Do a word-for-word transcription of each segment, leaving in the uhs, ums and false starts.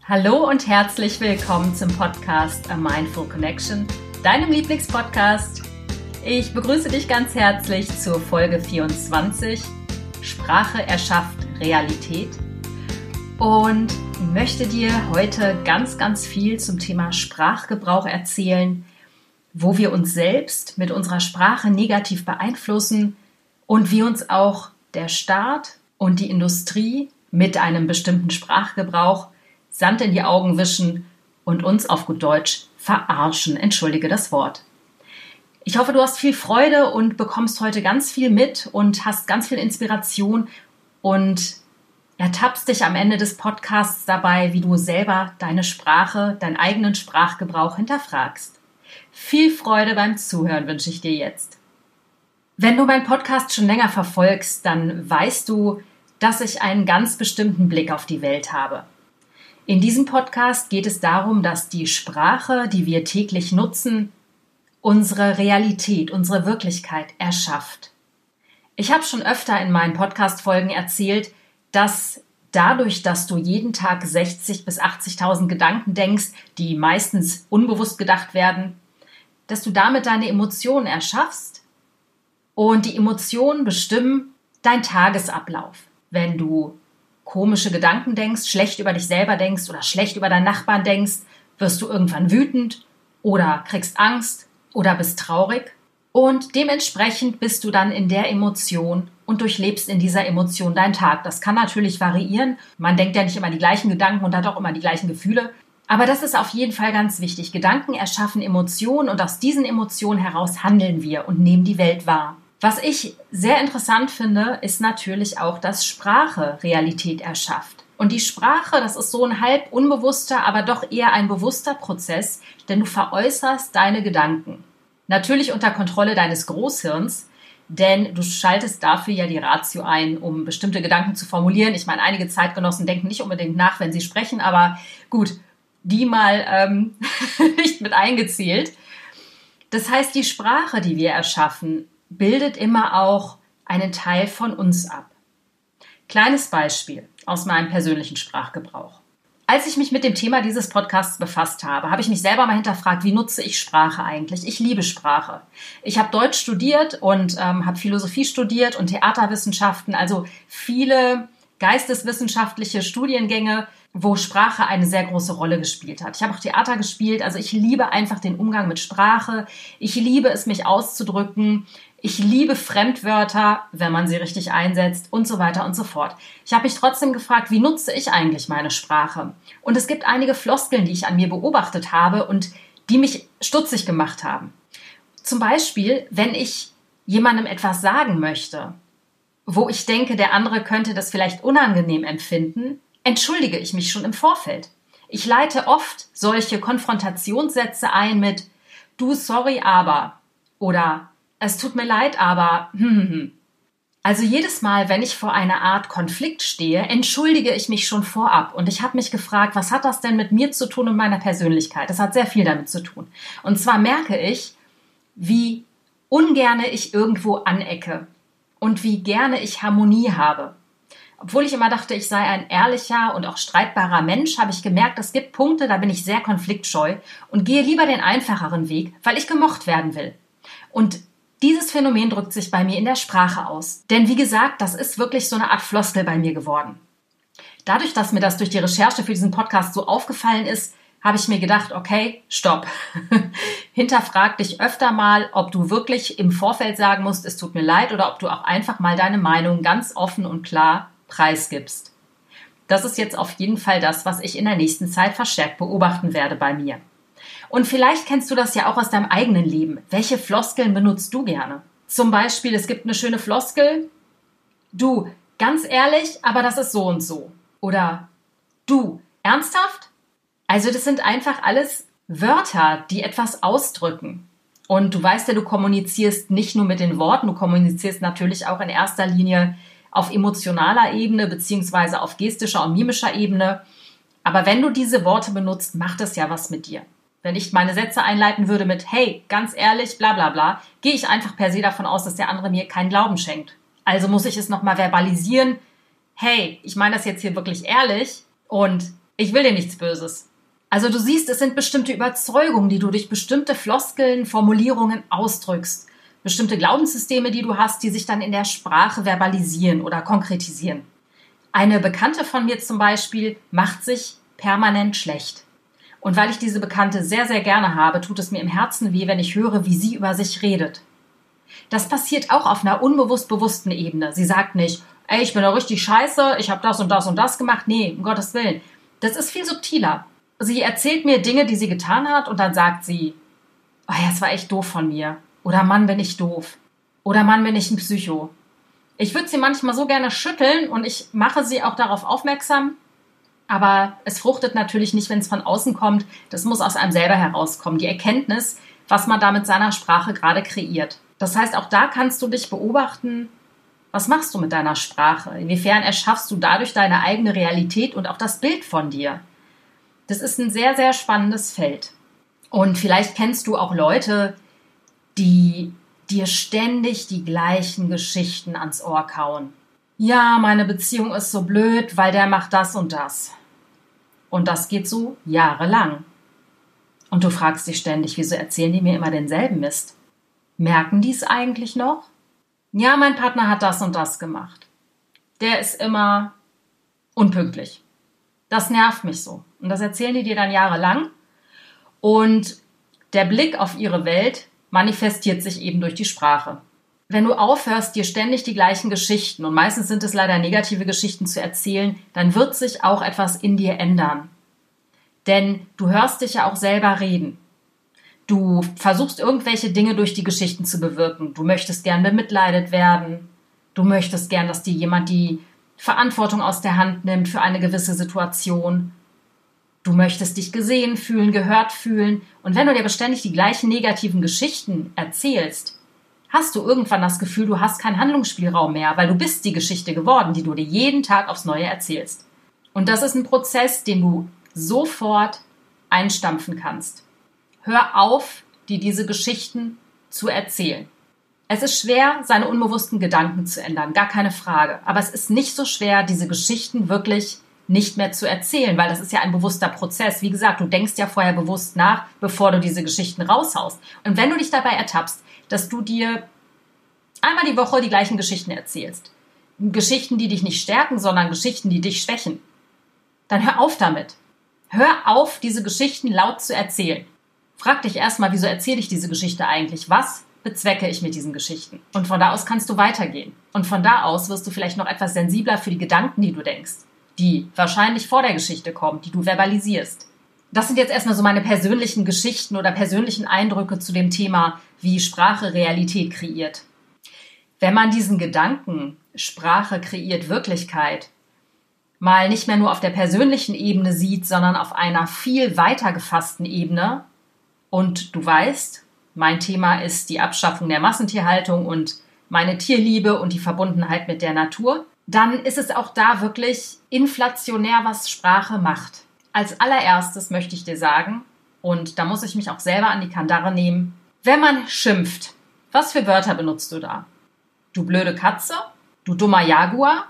Hallo und herzlich willkommen zum Podcast A Mindful Connection, deinem Lieblingspodcast. Ich begrüße dich ganz herzlich zur Folge vierundzwanzig, Sprache erschafft Realität, und möchte dir heute ganz, ganz viel zum Thema Sprachgebrauch erzählen, wo wir uns selbst mit unserer Sprache negativ beeinflussen und wie uns auch der Staat und die Industrie mit einem bestimmten Sprachgebrauch Sand in die Augen wischen und uns auf gut Deutsch verarschen. Entschuldige das Wort. Ich hoffe, du hast viel Freude und bekommst heute ganz viel mit und hast ganz viel Inspiration und ertappst dich am Ende des Podcasts dabei, wie du selber deine Sprache, deinen eigenen Sprachgebrauch hinterfragst. Viel Freude beim Zuhören wünsche ich dir jetzt. Wenn du meinen Podcast schon länger verfolgst, dann weißt du, dass ich einen ganz bestimmten Blick auf die Welt habe. In diesem Podcast geht es darum, dass die Sprache, die wir täglich nutzen, unsere Realität, unsere Wirklichkeit erschafft. Ich habe schon öfter in meinen Podcast-Folgen erzählt, dass dadurch, dass du jeden Tag sechzigtausend bis achtzigtausend Gedanken denkst, die meistens unbewusst gedacht werden, dass du damit deine Emotionen erschaffst, und die Emotionen bestimmen deinen Tagesablauf. Wenn du komische Gedanken denkst, schlecht über dich selber denkst oder schlecht über deinen Nachbarn denkst, wirst du irgendwann wütend oder kriegst Angst oder bist traurig. Und dementsprechend bist du dann in der Emotion und durchlebst in dieser Emotion deinen Tag. Das kann natürlich variieren. Man denkt ja nicht immer die gleichen Gedanken und hat auch immer die gleichen Gefühle. Aber das ist auf jeden Fall ganz wichtig. Gedanken erschaffen Emotionen und aus diesen Emotionen heraus handeln wir und nehmen die Welt wahr. Was ich sehr interessant finde, ist natürlich auch, dass Sprache Realität erschafft. Und die Sprache, das ist so ein halb unbewusster, aber doch eher ein bewusster Prozess, denn du veräußerst deine Gedanken. Natürlich unter Kontrolle deines Großhirns, denn du schaltest dafür ja die Ratio ein, um bestimmte Gedanken zu formulieren. Ich meine, einige Zeitgenossen denken nicht unbedingt nach, wenn sie sprechen, aber gut, die mal ähm, nicht mit eingezählt. Das heißt, die Sprache, die wir erschaffen, bildet immer auch einen Teil von uns ab. Kleines Beispiel aus meinem persönlichen Sprachgebrauch. Als ich mich mit dem Thema dieses Podcasts befasst habe, habe ich mich selber mal hinterfragt, wie nutze ich Sprache eigentlich? Ich liebe Sprache. Ich habe Deutsch studiert und ähm, habe Philosophie studiert und Theaterwissenschaften, also viele geisteswissenschaftliche Studiengänge, wo Sprache eine sehr große Rolle gespielt hat. Ich habe auch Theater gespielt, also ich liebe einfach den Umgang mit Sprache. Ich liebe es, mich auszudrücken. Ich liebe Fremdwörter, wenn man sie richtig einsetzt und so weiter und so fort. Ich habe mich trotzdem gefragt, wie nutze ich eigentlich meine Sprache? Und es gibt einige Floskeln, die ich an mir beobachtet habe und die mich stutzig gemacht haben. Zum Beispiel, wenn ich jemandem etwas sagen möchte, wo ich denke, der andere könnte das vielleicht unangenehm empfinden, entschuldige ich mich schon im Vorfeld. Ich leite oft solche Konfrontationssätze ein mit "Du, sorry, aber" oder "Es tut mir leid, aber" hm, hm, hm. Also jedes Mal, wenn ich vor einer Art Konflikt stehe, entschuldige ich mich schon vorab. Und ich habe mich gefragt, was hat das denn mit mir zu tun und meiner Persönlichkeit? Das hat sehr viel damit zu tun. Und zwar merke ich, wie ungerne ich irgendwo anecke und wie gerne ich Harmonie habe. Obwohl ich immer dachte, ich sei ein ehrlicher und auch streitbarer Mensch, habe ich gemerkt, es gibt Punkte, da bin ich sehr konfliktscheu und gehe lieber den einfacheren Weg, weil ich gemocht werden will. Und dieses Phänomen drückt sich bei mir in der Sprache aus. Denn wie gesagt, das ist wirklich so eine Art Floskel bei mir geworden. Dadurch, dass mir das durch die Recherche für diesen Podcast so aufgefallen ist, habe ich mir gedacht, okay, stopp. Hinterfrag dich öfter mal, ob du wirklich im Vorfeld sagen musst, es tut mir leid, oder ob du auch einfach mal deine Meinung ganz offen und klar preisgibst. Das ist jetzt auf jeden Fall das, was ich in der nächsten Zeit verstärkt beobachten werde bei mir. Und vielleicht kennst du das ja auch aus deinem eigenen Leben. Welche Floskeln benutzt du gerne? Zum Beispiel, es gibt eine schöne Floskel: Du, ganz ehrlich, aber das ist so und so. Oder du, ernsthaft? Also das sind einfach alles Wörter, die etwas ausdrücken. Und du weißt ja, du kommunizierst nicht nur mit den Worten, du kommunizierst natürlich auch in erster Linie auf emotionaler Ebene beziehungsweise auf gestischer und mimischer Ebene. Aber wenn du diese Worte benutzt, macht das ja was mit dir. Wenn ich meine Sätze einleiten würde mit "Hey, ganz ehrlich, bla bla bla", gehe ich einfach per se davon aus, dass der andere mir keinen Glauben schenkt. Also muss ich es nochmal verbalisieren: Hey, ich meine das jetzt hier wirklich ehrlich und Ich will dir nichts Böses. Also du siehst, es sind bestimmte Überzeugungen, die du durch bestimmte Floskeln, Formulierungen ausdrückst. Bestimmte Glaubenssysteme, die du hast, die sich dann in der Sprache verbalisieren oder konkretisieren. Eine Bekannte von mir zum Beispiel macht sich permanent schlecht. Und weil ich diese Bekannte sehr, sehr gerne habe, tut es mir im Herzen weh, wenn ich höre, wie sie über sich redet. Das passiert auch auf einer unbewusst-bewussten Ebene. Sie sagt nicht, ey, ich bin doch richtig scheiße, ich habe das und das und das gemacht. Nee, um Gottes Willen. Das ist viel subtiler. Sie erzählt mir Dinge, die sie getan hat und dann sagt sie, oh ja, es war echt doof von mir. Oder Mann, bin ich doof. Oder Mann, bin ich ein Psycho. Ich würde sie manchmal so gerne schütteln und ich mache sie auch darauf aufmerksam. Aber es fruchtet natürlich nicht, wenn es von außen kommt. Das muss aus einem selber herauskommen. Die Erkenntnis, was man da mit seiner Sprache gerade kreiert. Das heißt, auch da kannst du dich beobachten, was machst du mit deiner Sprache? Inwiefern erschaffst du dadurch deine eigene Realität und auch das Bild von dir? Das ist ein sehr, sehr spannendes Feld. Und vielleicht kennst du auch Leute, die dir ständig die gleichen Geschichten ans Ohr kauen. Ja, meine Beziehung ist so blöd, weil der macht das und das. Und das geht so jahrelang. Und du fragst dich ständig, wieso erzählen die mir immer denselben Mist? Merken die es eigentlich noch? Ja, mein Partner hat das und das gemacht. Der ist immer unpünktlich. Das nervt mich so. Und das erzählen die dir dann jahrelang. Und der Blick auf ihre Welt manifestiert sich eben durch die Sprache. Wenn du aufhörst, dir ständig die gleichen Geschichten, und meistens sind es leider negative Geschichten zu erzählen, dann wird sich auch etwas in dir ändern. Denn du hörst dich ja auch selber reden. Du versuchst irgendwelche Dinge durch die Geschichten zu bewirken. Du möchtest gern bemitleidet werden. Du möchtest gern, dass dir jemand die Verantwortung aus der Hand nimmt für eine gewisse Situation. Du möchtest dich gesehen fühlen, gehört fühlen. Und wenn du dir beständig die gleichen negativen Geschichten erzählst, hast du irgendwann das Gefühl, du hast keinen Handlungsspielraum mehr, weil du bist die Geschichte geworden, die du dir jeden Tag aufs Neue erzählst. Und das ist ein Prozess, den du sofort einstampfen kannst. Hör auf, dir diese Geschichten zu erzählen. Es ist schwer, seine unbewussten Gedanken zu ändern, gar keine Frage. Aber es ist nicht so schwer, diese Geschichten wirklich nicht mehr zu erzählen, weil das ist ja ein bewusster Prozess. Wie gesagt, du denkst ja vorher bewusst nach, bevor du diese Geschichten raushaust. Und wenn du dich dabei ertappst, dass du dir einmal die Woche die gleichen Geschichten erzählst, Geschichten, die dich nicht stärken, sondern Geschichten, die dich schwächen, dann hör auf damit. Hör auf, diese Geschichten laut zu erzählen. Frag dich erstmal, wieso erzähle ich diese Geschichte eigentlich? Was bezwecke ich mit diesen Geschichten? Und von da aus kannst du weitergehen. Und von da aus wirst du vielleicht noch etwas sensibler für die Gedanken, die du denkst, die wahrscheinlich vor der Geschichte kommen, die du verbalisierst. Das sind jetzt erstmal so meine persönlichen Geschichten oder persönlichen Eindrücke zu dem Thema, wie Sprache Realität kreiert. Wenn man diesen Gedanken, Sprache kreiert Wirklichkeit, mal nicht mehr nur auf der persönlichen Ebene sieht, sondern auf einer viel weiter gefassten Ebene, und du weißt, mein Thema ist die Abschaffung der Massentierhaltung und meine Tierliebe und die Verbundenheit mit der Natur, dann ist es auch da wirklich inflationär, was Sprache macht. Als allererstes möchte ich dir sagen, und da muss ich mich auch selber an die Kandare nehmen, wenn man schimpft, was für Wörter benutzt du da? Du blöde Katze? Du dummer Jaguar?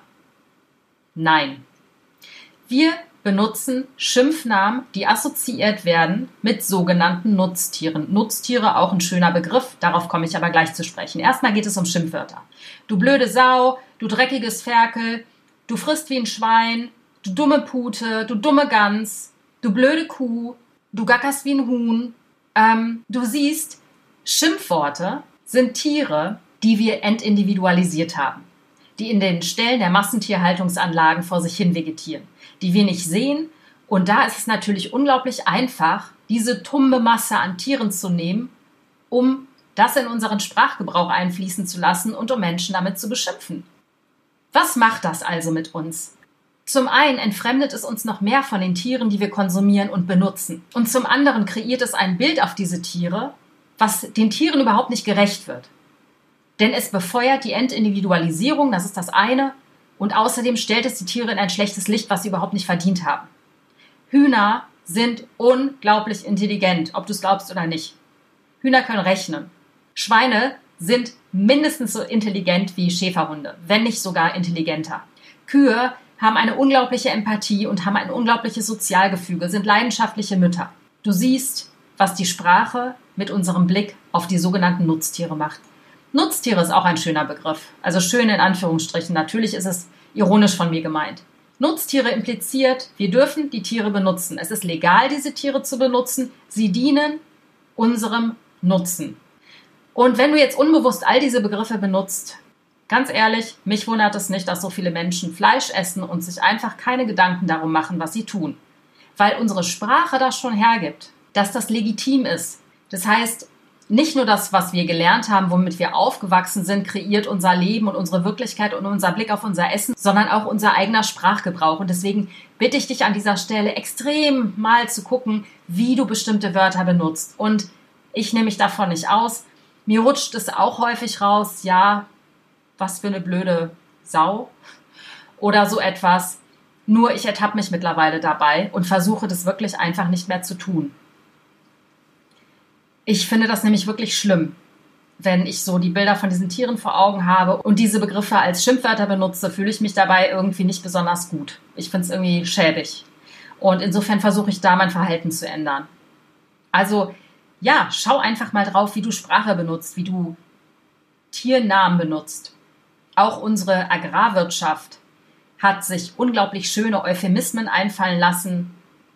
Nein. Wir benutzen Schimpfnamen, die assoziiert werden mit sogenannten Nutztieren. Nutztiere, auch ein schöner Begriff, darauf komme ich aber gleich zu sprechen. Erstmal geht es um Schimpfwörter. Du blöde Sau, du dreckiges Ferkel, du frisst wie ein Schwein, du dumme Pute, du dumme Gans, du blöde Kuh, du gackerst wie ein Huhn. Ähm, du siehst, Schimpfworte sind Tiere, die wir entindividualisiert haben, die in den Ställen der Massentierhaltungsanlagen vor sich hin vegetieren, die wir nicht sehen. Und da ist es natürlich unglaublich einfach, diese tumbe Masse an Tieren zu nehmen, um das in unseren Sprachgebrauch einfließen zu lassen und um Menschen damit zu beschimpfen. Was macht das also mit uns? Zum einen entfremdet es uns noch mehr von den Tieren, die wir konsumieren und benutzen. Und zum anderen kreiert es ein Bild auf diese Tiere, was den Tieren überhaupt nicht gerecht wird. Denn es befeuert die Entindividualisierung, das ist das eine, und außerdem stellt es die Tiere in ein schlechtes Licht, was sie überhaupt nicht verdient haben. Hühner sind unglaublich intelligent, ob du es glaubst oder nicht. Hühner können rechnen. Schweine sind mindestens so intelligent wie Schäferhunde, wenn nicht sogar intelligenter. Kühe haben eine unglaubliche Empathie und haben ein unglaubliches Sozialgefüge, sind leidenschaftliche Mütter. Du siehst, was die Sprache mit unserem Blick auf die sogenannten Nutztiere macht. Nutztiere ist auch ein schöner Begriff, also schön in Anführungsstrichen. Natürlich ist es ironisch von mir gemeint. Nutztiere impliziert, wir dürfen die Tiere benutzen. Es ist legal, diese Tiere zu benutzen. Sie dienen unserem Nutzen. Und wenn du jetzt unbewusst all diese Begriffe benutzt, ganz ehrlich, mich wundert es nicht, dass so viele Menschen Fleisch essen und sich einfach keine Gedanken darum machen, was sie tun. Weil unsere Sprache das schon hergibt, dass das legitim ist. Das heißt, nicht nur das, was wir gelernt haben, womit wir aufgewachsen sind, kreiert unser Leben und unsere Wirklichkeit und unser Blick auf unser Essen, sondern auch unser eigener Sprachgebrauch. Und deswegen bitte ich dich an dieser Stelle extrem mal zu gucken, wie du bestimmte Wörter benutzt. Und ich nehme mich davon nicht aus. Mir rutscht es auch häufig raus, ja, was für eine blöde Sau oder so etwas. Nur ich ertappe mich mittlerweile dabei und versuche das wirklich einfach nicht mehr zu tun. Ich finde das nämlich wirklich schlimm, wenn ich so die Bilder von diesen Tieren vor Augen habe und diese Begriffe als Schimpfwörter benutze, fühle ich mich dabei irgendwie nicht besonders gut. Ich finde es irgendwie schäbig. Und insofern versuche ich da mein Verhalten zu ändern. Also ja, schau einfach mal drauf, wie du Sprache benutzt, wie du Tiernamen benutzt. Auch unsere Agrarwirtschaft hat sich unglaublich schöne Euphemismen einfallen lassen,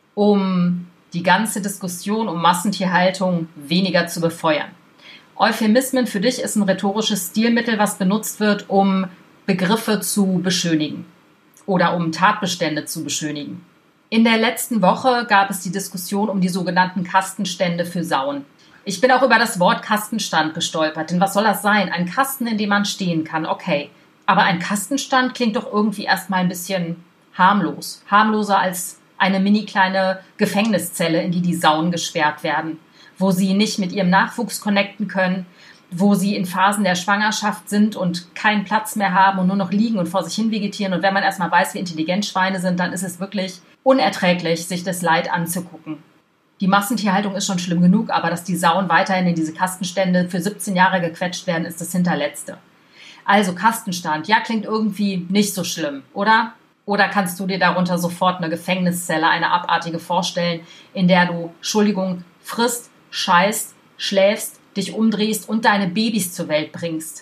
um die ganze Diskussion um Massentierhaltung weniger zu befeuern. Euphemismen für dich ist ein rhetorisches Stilmittel, was benutzt wird, um Begriffe zu beschönigen oder um Tatbestände zu beschönigen. In der letzten Woche gab es die Diskussion um die sogenannten Kastenstände für Sauen. Ich bin auch über das Wort Kastenstand gestolpert, denn was soll das sein? Ein Kasten, in dem man stehen kann, okay. Aber ein Kastenstand klingt doch irgendwie erstmal ein bisschen harmlos. Harmloser als eine mini kleine Gefängniszelle, in die die Sauen gesperrt werden, wo sie nicht mit ihrem Nachwuchs connecten können, wo sie in Phasen der Schwangerschaft sind und keinen Platz mehr haben und nur noch liegen und vor sich hin vegetieren. Und wenn man erstmal weiß, wie intelligent Schweine sind, dann ist es wirklich unerträglich, sich das Leid anzugucken. Die Massentierhaltung ist schon schlimm genug, aber dass die Sauen weiterhin in diese Kastenstände für siebzehn Jahre gequetscht werden, ist das Hinterletzte. Also Kastenstand, ja, klingt irgendwie nicht so schlimm, oder? Oder kannst du dir darunter sofort eine Gefängniszelle, eine abartige vorstellen, in der du, Entschuldigung, frisst, scheißt, schläfst, dich umdrehst und deine Babys zur Welt bringst?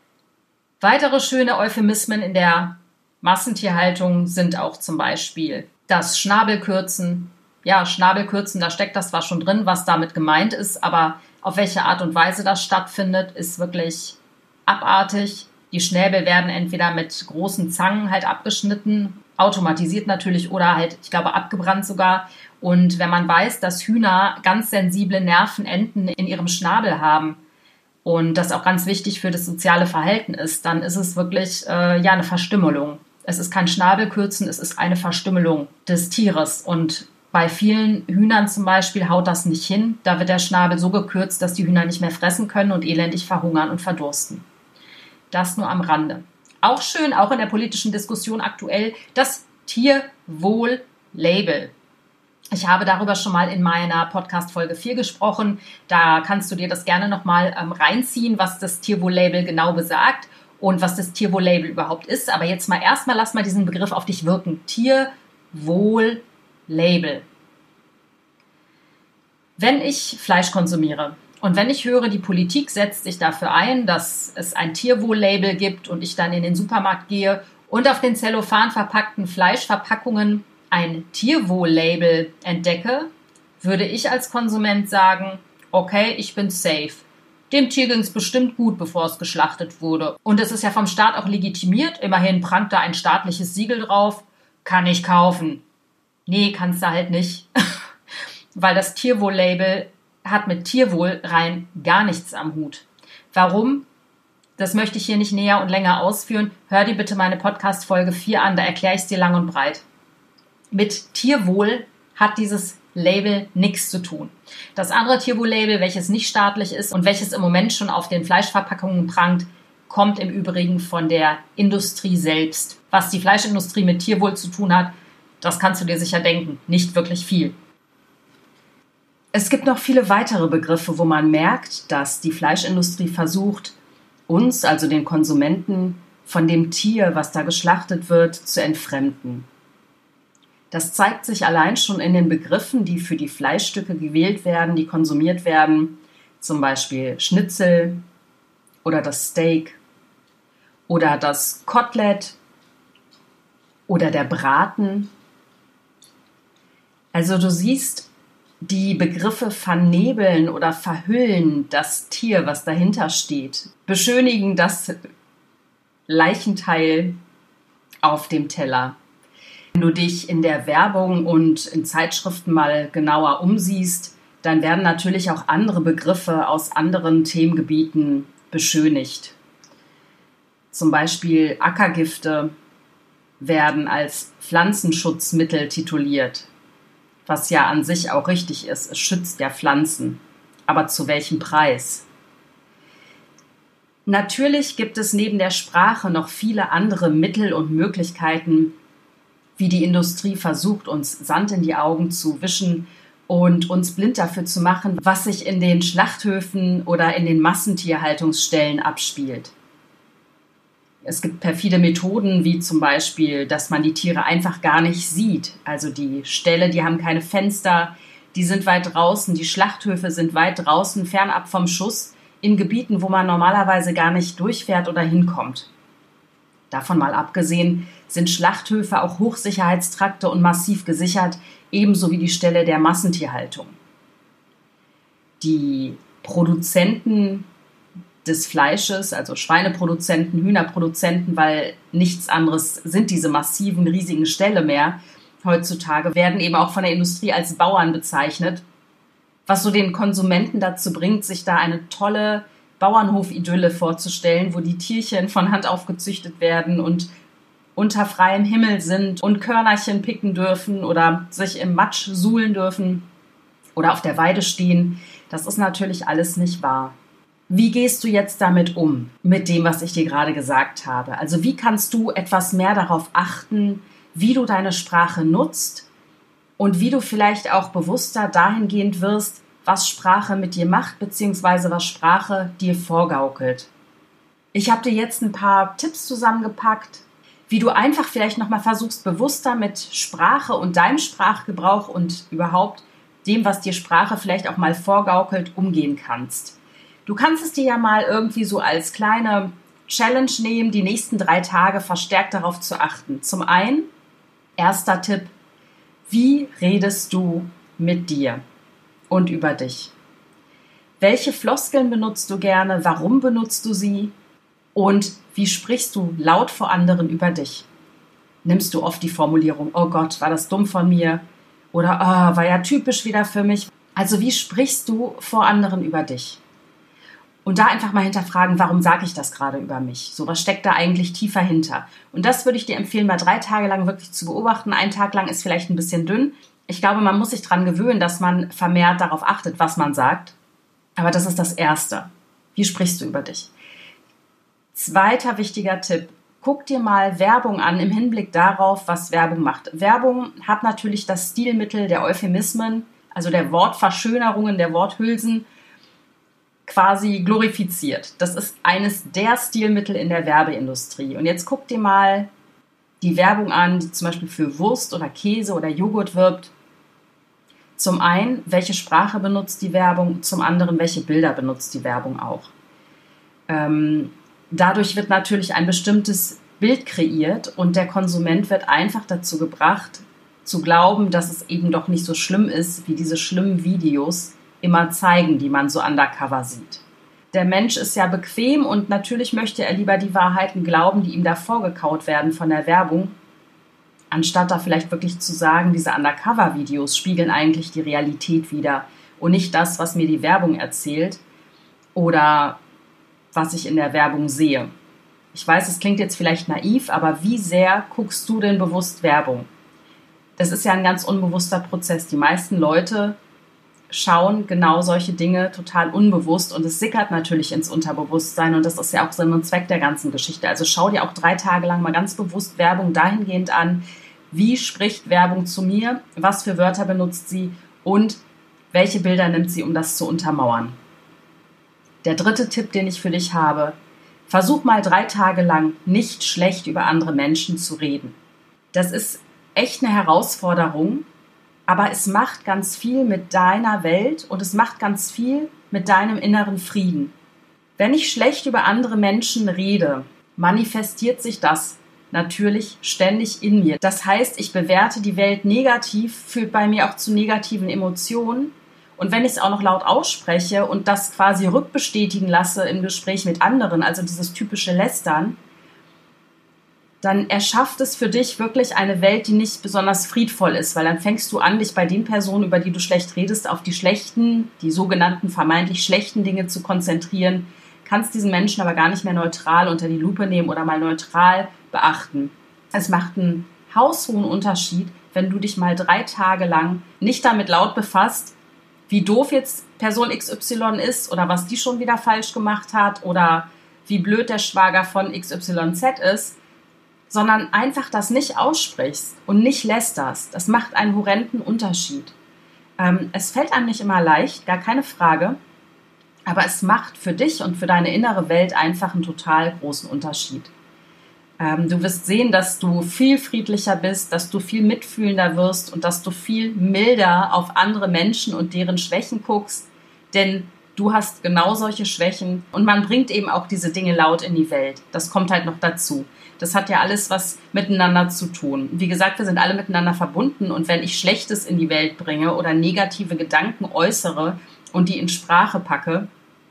Weitere schöne Euphemismen in der Massentierhaltung sind auch zum Beispiel das Schnabelkürzen. Ja, Schnabelkürzen, da steckt das zwar schon drin, was damit gemeint ist, aber auf welche Art und Weise das stattfindet, ist wirklich abartig. Die Schnäbel werden entweder mit großen Zangen halt abgeschnitten, automatisiert natürlich oder halt, ich glaube, abgebrannt sogar. Und wenn man weiß, dass Hühner ganz sensible Nervenenden in ihrem Schnabel haben und das auch ganz wichtig für das soziale Verhalten ist, dann ist es wirklich äh, ja eine Verstümmelung. Es ist kein Schnabelkürzen, es ist eine Verstümmelung des Tieres. Und bei vielen Hühnern zum Beispiel haut das nicht hin. Da wird der Schnabel so gekürzt, dass die Hühner nicht mehr fressen können und elendig verhungern und verdursten. Das nur am Rande. Auch schön, auch in der politischen Diskussion aktuell, das Tierwohl-Label. Ich habe darüber schon mal in meiner Podcast-Folge vier gesprochen. Da kannst du dir das gerne nochmal ähm, reinziehen, was das Tierwohl-Label genau besagt und was das Tierwohl-Label überhaupt ist. Aber jetzt mal erstmal, lass mal diesen Begriff auf dich wirken. Tierwohl-Label. Wenn ich Fleisch konsumiere, und wenn ich höre, die Politik setzt sich dafür ein, dass es ein Tierwohl-Label gibt und ich dann in den Supermarkt gehe und auf den Zellophan verpackten Fleischverpackungen ein Tierwohl-Label entdecke, würde ich als Konsument sagen, okay, ich bin safe. Dem Tier ging es bestimmt gut, bevor es geschlachtet wurde. Und es ist ja vom Staat auch legitimiert. Immerhin prangt da ein staatliches Siegel drauf. Kann ich kaufen. Nee, kannst du halt nicht. Weil das Tierwohl-Label hat mit Tierwohl rein gar nichts am Hut. Warum? Das möchte ich hier nicht näher und länger ausführen. Hör dir bitte meine Podcast-Folge vier an, da erkläre ich es dir lang und breit. Mit Tierwohl hat dieses Label nichts zu tun. Das andere Tierwohl-Label, welches nicht staatlich ist und welches im Moment schon auf den Fleischverpackungen prangt, kommt im Übrigen von der Industrie selbst. Was die Fleischindustrie mit Tierwohl zu tun hat, das kannst du dir sicher denken. Nicht wirklich viel. Es gibt noch viele weitere Begriffe, wo man merkt, dass die Fleischindustrie versucht, uns, also den Konsumenten, von dem Tier, was da geschlachtet wird, zu entfremden. Das zeigt sich allein schon in den Begriffen, die für die Fleischstücke gewählt werden, die konsumiert werden, zum Beispiel Schnitzel oder das Steak oder das Kotelett oder der Braten. Also du siehst, die Begriffe vernebeln oder verhüllen das Tier, was dahinter steht, beschönigen das Leichenteil auf dem Teller. Wenn du dich in der Werbung und in Zeitschriften mal genauer umsiehst, dann werden natürlich auch andere Begriffe aus anderen Themengebieten beschönigt. Zum Beispiel Ackergifte werden als Pflanzenschutzmittel tituliert, was ja an sich auch richtig ist. Es schützt ja Pflanzen. Aber zu welchem Preis? Natürlich gibt es neben der Sprache noch viele andere Mittel und Möglichkeiten, wie die Industrie versucht, uns Sand in die Augen zu wischen und uns blind dafür zu machen, was sich in den Schlachthöfen oder in den Massentierhaltungsstellen abspielt. Es gibt perfide Methoden, wie zum Beispiel, dass man die Tiere einfach gar nicht sieht. Also die Ställe, die haben keine Fenster, die sind weit draußen, die Schlachthöfe sind weit draußen, fernab vom Schuss, in Gebieten, wo man normalerweise gar nicht durchfährt oder hinkommt. Davon mal abgesehen sind Schlachthöfe auch Hochsicherheitstrakte und massiv gesichert, ebenso wie die Ställe der Massentierhaltung. Die Produzenten des Fleisches, also Schweineproduzenten, Hühnerproduzenten, weil nichts anderes sind diese massiven, riesigen Ställe mehr heutzutage, werden eben auch von der Industrie als Bauern bezeichnet, was so den Konsumenten dazu bringt, sich da eine tolle Bauernhof-Idylle vorzustellen, wo die Tierchen von Hand aufgezüchtet werden und unter freiem Himmel sind und Körnerchen picken dürfen oder sich im Matsch suhlen dürfen oder auf der Weide stehen. Das ist natürlich alles nicht wahr. Wie gehst du jetzt damit um, mit dem, was ich dir gerade gesagt habe? Also wie kannst du etwas mehr darauf achten, wie du deine Sprache nutzt und wie du vielleicht auch bewusster dahingehend wirst, was Sprache mit dir macht, beziehungsweise was Sprache dir vorgaukelt. Ich habe dir jetzt ein paar Tipps zusammengepackt, wie du einfach vielleicht nochmal versuchst, bewusster mit Sprache und deinem Sprachgebrauch und überhaupt dem, was dir Sprache vielleicht auch mal vorgaukelt, umgehen kannst. Du kannst es dir ja mal irgendwie so als kleine Challenge nehmen, die nächsten drei Tage verstärkt darauf zu achten. Zum einen, erster Tipp, wie redest du mit dir und über dich? Welche Floskeln benutzt du gerne? Warum benutzt du sie? Und wie sprichst du laut vor anderen über dich? Nimmst du oft die Formulierung, oh Gott, war das dumm von mir? Oder, oh, war ja typisch wieder für mich. Also wie sprichst du vor anderen über dich? Und da einfach mal hinterfragen, warum sage ich das gerade über mich? So, was steckt da eigentlich tiefer hinter? Und das würde ich dir empfehlen, mal drei Tage lang wirklich zu beobachten. Ein Tag lang ist vielleicht ein bisschen dünn. Ich glaube, man muss sich daran gewöhnen, dass man vermehrt darauf achtet, was man sagt. Aber das ist das Erste. Wie sprichst du über dich? Zweiter wichtiger Tipp. Guck dir mal Werbung an im Hinblick darauf, was Werbung macht. Werbung hat natürlich das Stilmittel der Euphemismen, also der Wortverschönerungen, der Worthülsen, quasi glorifiziert. Das ist eines der Stilmittel in der Werbeindustrie. Und jetzt guck dir mal die Werbung an, die zum Beispiel für Wurst oder Käse oder Joghurt wirbt. Zum einen, welche Sprache benutzt die Werbung? Zum anderen, welche Bilder benutzt die Werbung auch? Ähm, dadurch wird natürlich ein bestimmtes Bild kreiert und der Konsument wird einfach dazu gebracht, zu glauben, dass es eben doch nicht so schlimm ist, wie diese schlimmen Videos immer zeigen, die man so undercover sieht. Der Mensch ist ja bequem und natürlich möchte er lieber die Wahrheiten glauben, die ihm da vorgekaut werden von der Werbung, anstatt da vielleicht wirklich zu sagen, diese Undercover-Videos spiegeln eigentlich die Realität wider und nicht das, was mir die Werbung erzählt oder was ich in der Werbung sehe. Ich weiß, es klingt jetzt vielleicht naiv, aber wie sehr guckst du denn bewusst Werbung? Das ist ja ein ganz unbewusster Prozess. Die meisten Leute schauen genau solche Dinge total unbewusst und es sickert natürlich ins Unterbewusstsein und das ist ja auch Sinn und Zweck der ganzen Geschichte. Also schau dir auch drei Tage lang mal ganz bewusst Werbung dahingehend an, wie spricht Werbung zu mir, was für Wörter benutzt sie und welche Bilder nimmt sie, um das zu untermauern. Der dritte Tipp, den ich für dich habe, Versuch mal drei Tage lang nicht schlecht über andere Menschen zu reden. Das ist echt eine Herausforderung, aber es macht ganz viel mit deiner Welt und es macht ganz viel mit deinem inneren Frieden. Wenn ich schlecht über andere Menschen rede, manifestiert sich das natürlich ständig in mir. Das heißt, ich bewerte die Welt negativ, führt bei mir auch zu negativen Emotionen. Und wenn ich es auch noch laut ausspreche und das quasi rückbestätigen lasse im Gespräch mit anderen, also dieses typische Lästern, dann erschafft es für dich wirklich eine Welt, die nicht besonders friedvoll ist, weil dann fängst du an, dich bei den Personen, über die du schlecht redest, auf die schlechten, die sogenannten vermeintlich schlechten Dinge zu konzentrieren, kannst diesen Menschen aber gar nicht mehr neutral unter die Lupe nehmen oder mal neutral beachten. Es macht einen haushohen Unterschied, wenn du dich mal drei Tage lang nicht damit laut befasst, wie doof jetzt Person X Y ist oder was die schon wieder falsch gemacht hat oder wie blöd der Schwager von X Y Z ist, sondern einfach das nicht aussprichst und nicht lästerst. Das macht einen horrenden Unterschied. Ähm, es fällt einem nicht immer leicht, gar keine Frage, aber es macht für dich und für deine innere Welt einfach einen total großen Unterschied. Ähm, du wirst sehen, dass du viel friedlicher bist, dass du viel mitfühlender wirst und dass du viel milder auf andere Menschen und deren Schwächen guckst, denn du hast genau solche Schwächen und man bringt eben auch diese Dinge laut in die Welt. Das kommt halt noch dazu. Das hat ja alles was miteinander zu tun. Wie gesagt, wir sind alle miteinander verbunden und wenn ich Schlechtes in die Welt bringe oder negative Gedanken äußere und die in Sprache packe,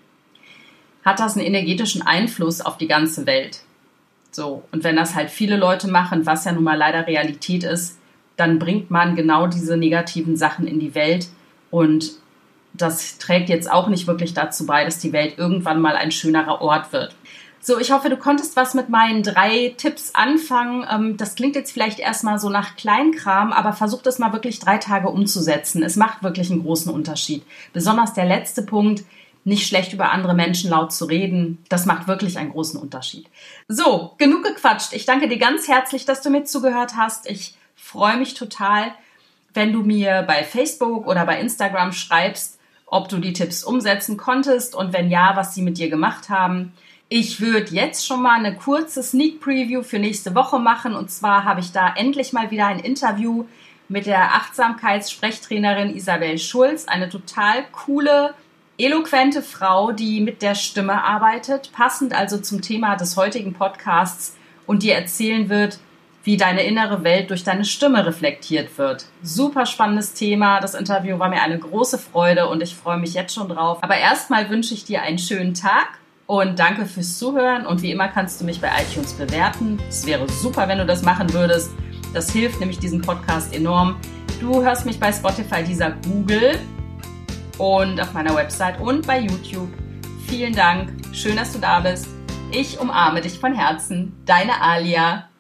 hat das einen energetischen Einfluss auf die ganze Welt. So, und wenn das halt viele Leute machen, was ja nun mal leider Realität ist, dann bringt man genau diese negativen Sachen in die Welt und das trägt jetzt auch nicht wirklich dazu bei, dass die Welt irgendwann mal ein schönerer Ort wird. So, ich hoffe, du konntest was mit meinen drei Tipps anfangen. Das klingt jetzt vielleicht erstmal so nach Kleinkram, aber versuch das mal wirklich drei Tage umzusetzen. Es macht wirklich einen großen Unterschied. Besonders der letzte Punkt, nicht schlecht über andere Menschen laut zu reden, das macht wirklich einen großen Unterschied. So, genug gequatscht. Ich danke dir ganz herzlich, dass du mir zugehört hast. Ich freue mich total, wenn du mir bei Facebook oder bei Instagram schreibst, ob du die Tipps umsetzen konntest und wenn ja, was sie mit dir gemacht haben. Ich würde jetzt schon mal eine kurze Sneak Preview für nächste Woche machen und zwar habe ich da endlich mal wieder ein Interview mit der Achtsamkeits-Sprechtrainerin Isabel Schulz, eine total coole, eloquente Frau, die mit der Stimme arbeitet, passend also zum Thema des heutigen Podcasts und dir erzählen wird, wie deine innere Welt durch deine Stimme reflektiert wird. Super spannendes Thema. Das Interview war mir eine große Freude und ich freue mich jetzt schon drauf. Aber erstmal wünsche ich dir einen schönen Tag und danke fürs Zuhören. Und wie immer kannst du mich bei iTunes bewerten. Es wäre super, wenn du das machen würdest. Das hilft nämlich diesem Podcast enorm. Du hörst mich bei Spotify, dieser Google und auf meiner Website und bei YouTube. Vielen Dank. Schön, dass du da bist. Ich umarme dich von Herzen. Deine Alia.